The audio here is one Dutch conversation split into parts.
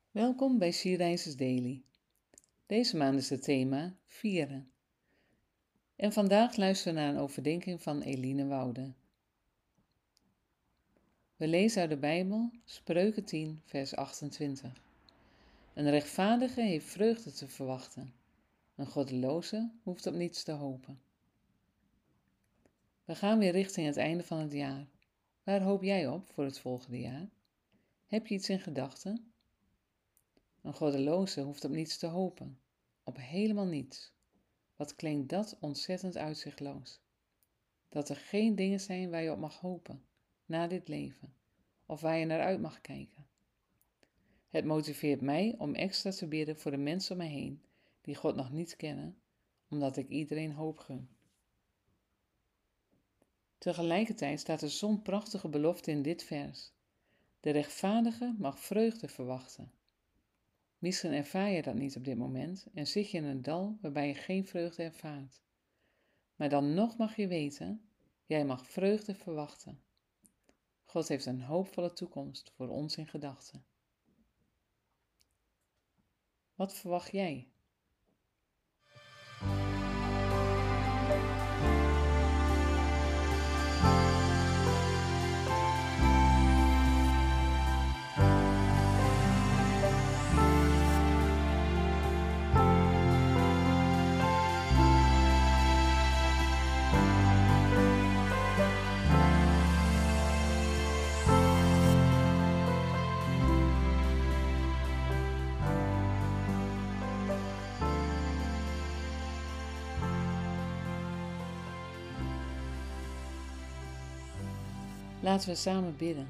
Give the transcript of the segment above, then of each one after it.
Welkom bij She Rises Daily. Deze maand is het thema vieren. En vandaag luisteren we naar een overdenking van Eline Woude. We lezen uit de Bijbel, Spreuken 10, vers 28. Een rechtvaardige heeft vreugde te verwachten. Een goddeloze hoeft op niets te hopen. We gaan weer richting het einde van het jaar. Waar hoop jij op voor het volgende jaar? Heb je iets in gedachten? Een goddeloze hoeft op niets te hopen. Op helemaal niets. Wat klinkt dat ontzettend uitzichtloos. Dat er geen dingen zijn waar je op mag hopen, na dit leven, of waar je naar uit mag kijken. Het motiveert mij om extra te bidden voor de mensen om me heen, die God nog niet kennen, omdat ik iedereen hoop gun. Tegelijkertijd staat er zo'n prachtige belofte in dit vers. De rechtvaardige mag vreugde verwachten. Misschien ervaar je dat niet op dit moment en zit je in een dal waarbij je geen vreugde ervaart. Maar dan nog mag je weten, jij mag vreugde verwachten. God heeft een hoopvolle toekomst voor ons in gedachten. Wat verwacht jij? Laten we samen bidden.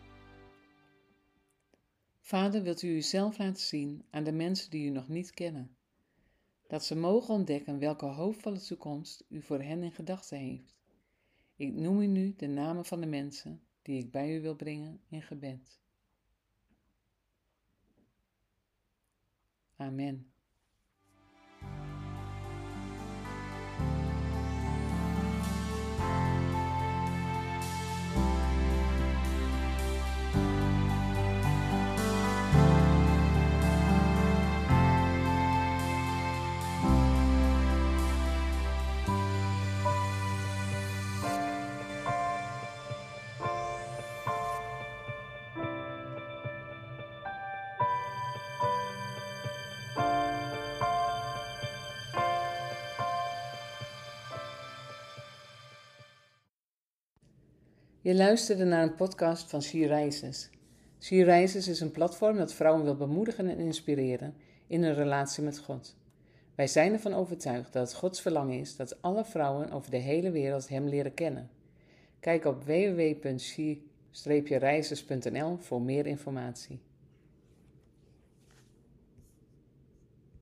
Vader, wilt u uzelf laten zien aan de mensen die u nog niet kennen, dat ze mogen ontdekken welke hoopvolle toekomst u voor hen in gedachten heeft. Ik noem u nu de namen van de mensen die ik bij u wil brengen in gebed. Amen. Je luisterde naar een podcast van She Rises. She Rises is een platform dat vrouwen wil bemoedigen en inspireren in hun relatie met God. Wij zijn ervan overtuigd dat het Gods verlangen is dat alle vrouwen over de hele wereld Hem leren kennen. Kijk op www.she-rises.nl voor meer informatie.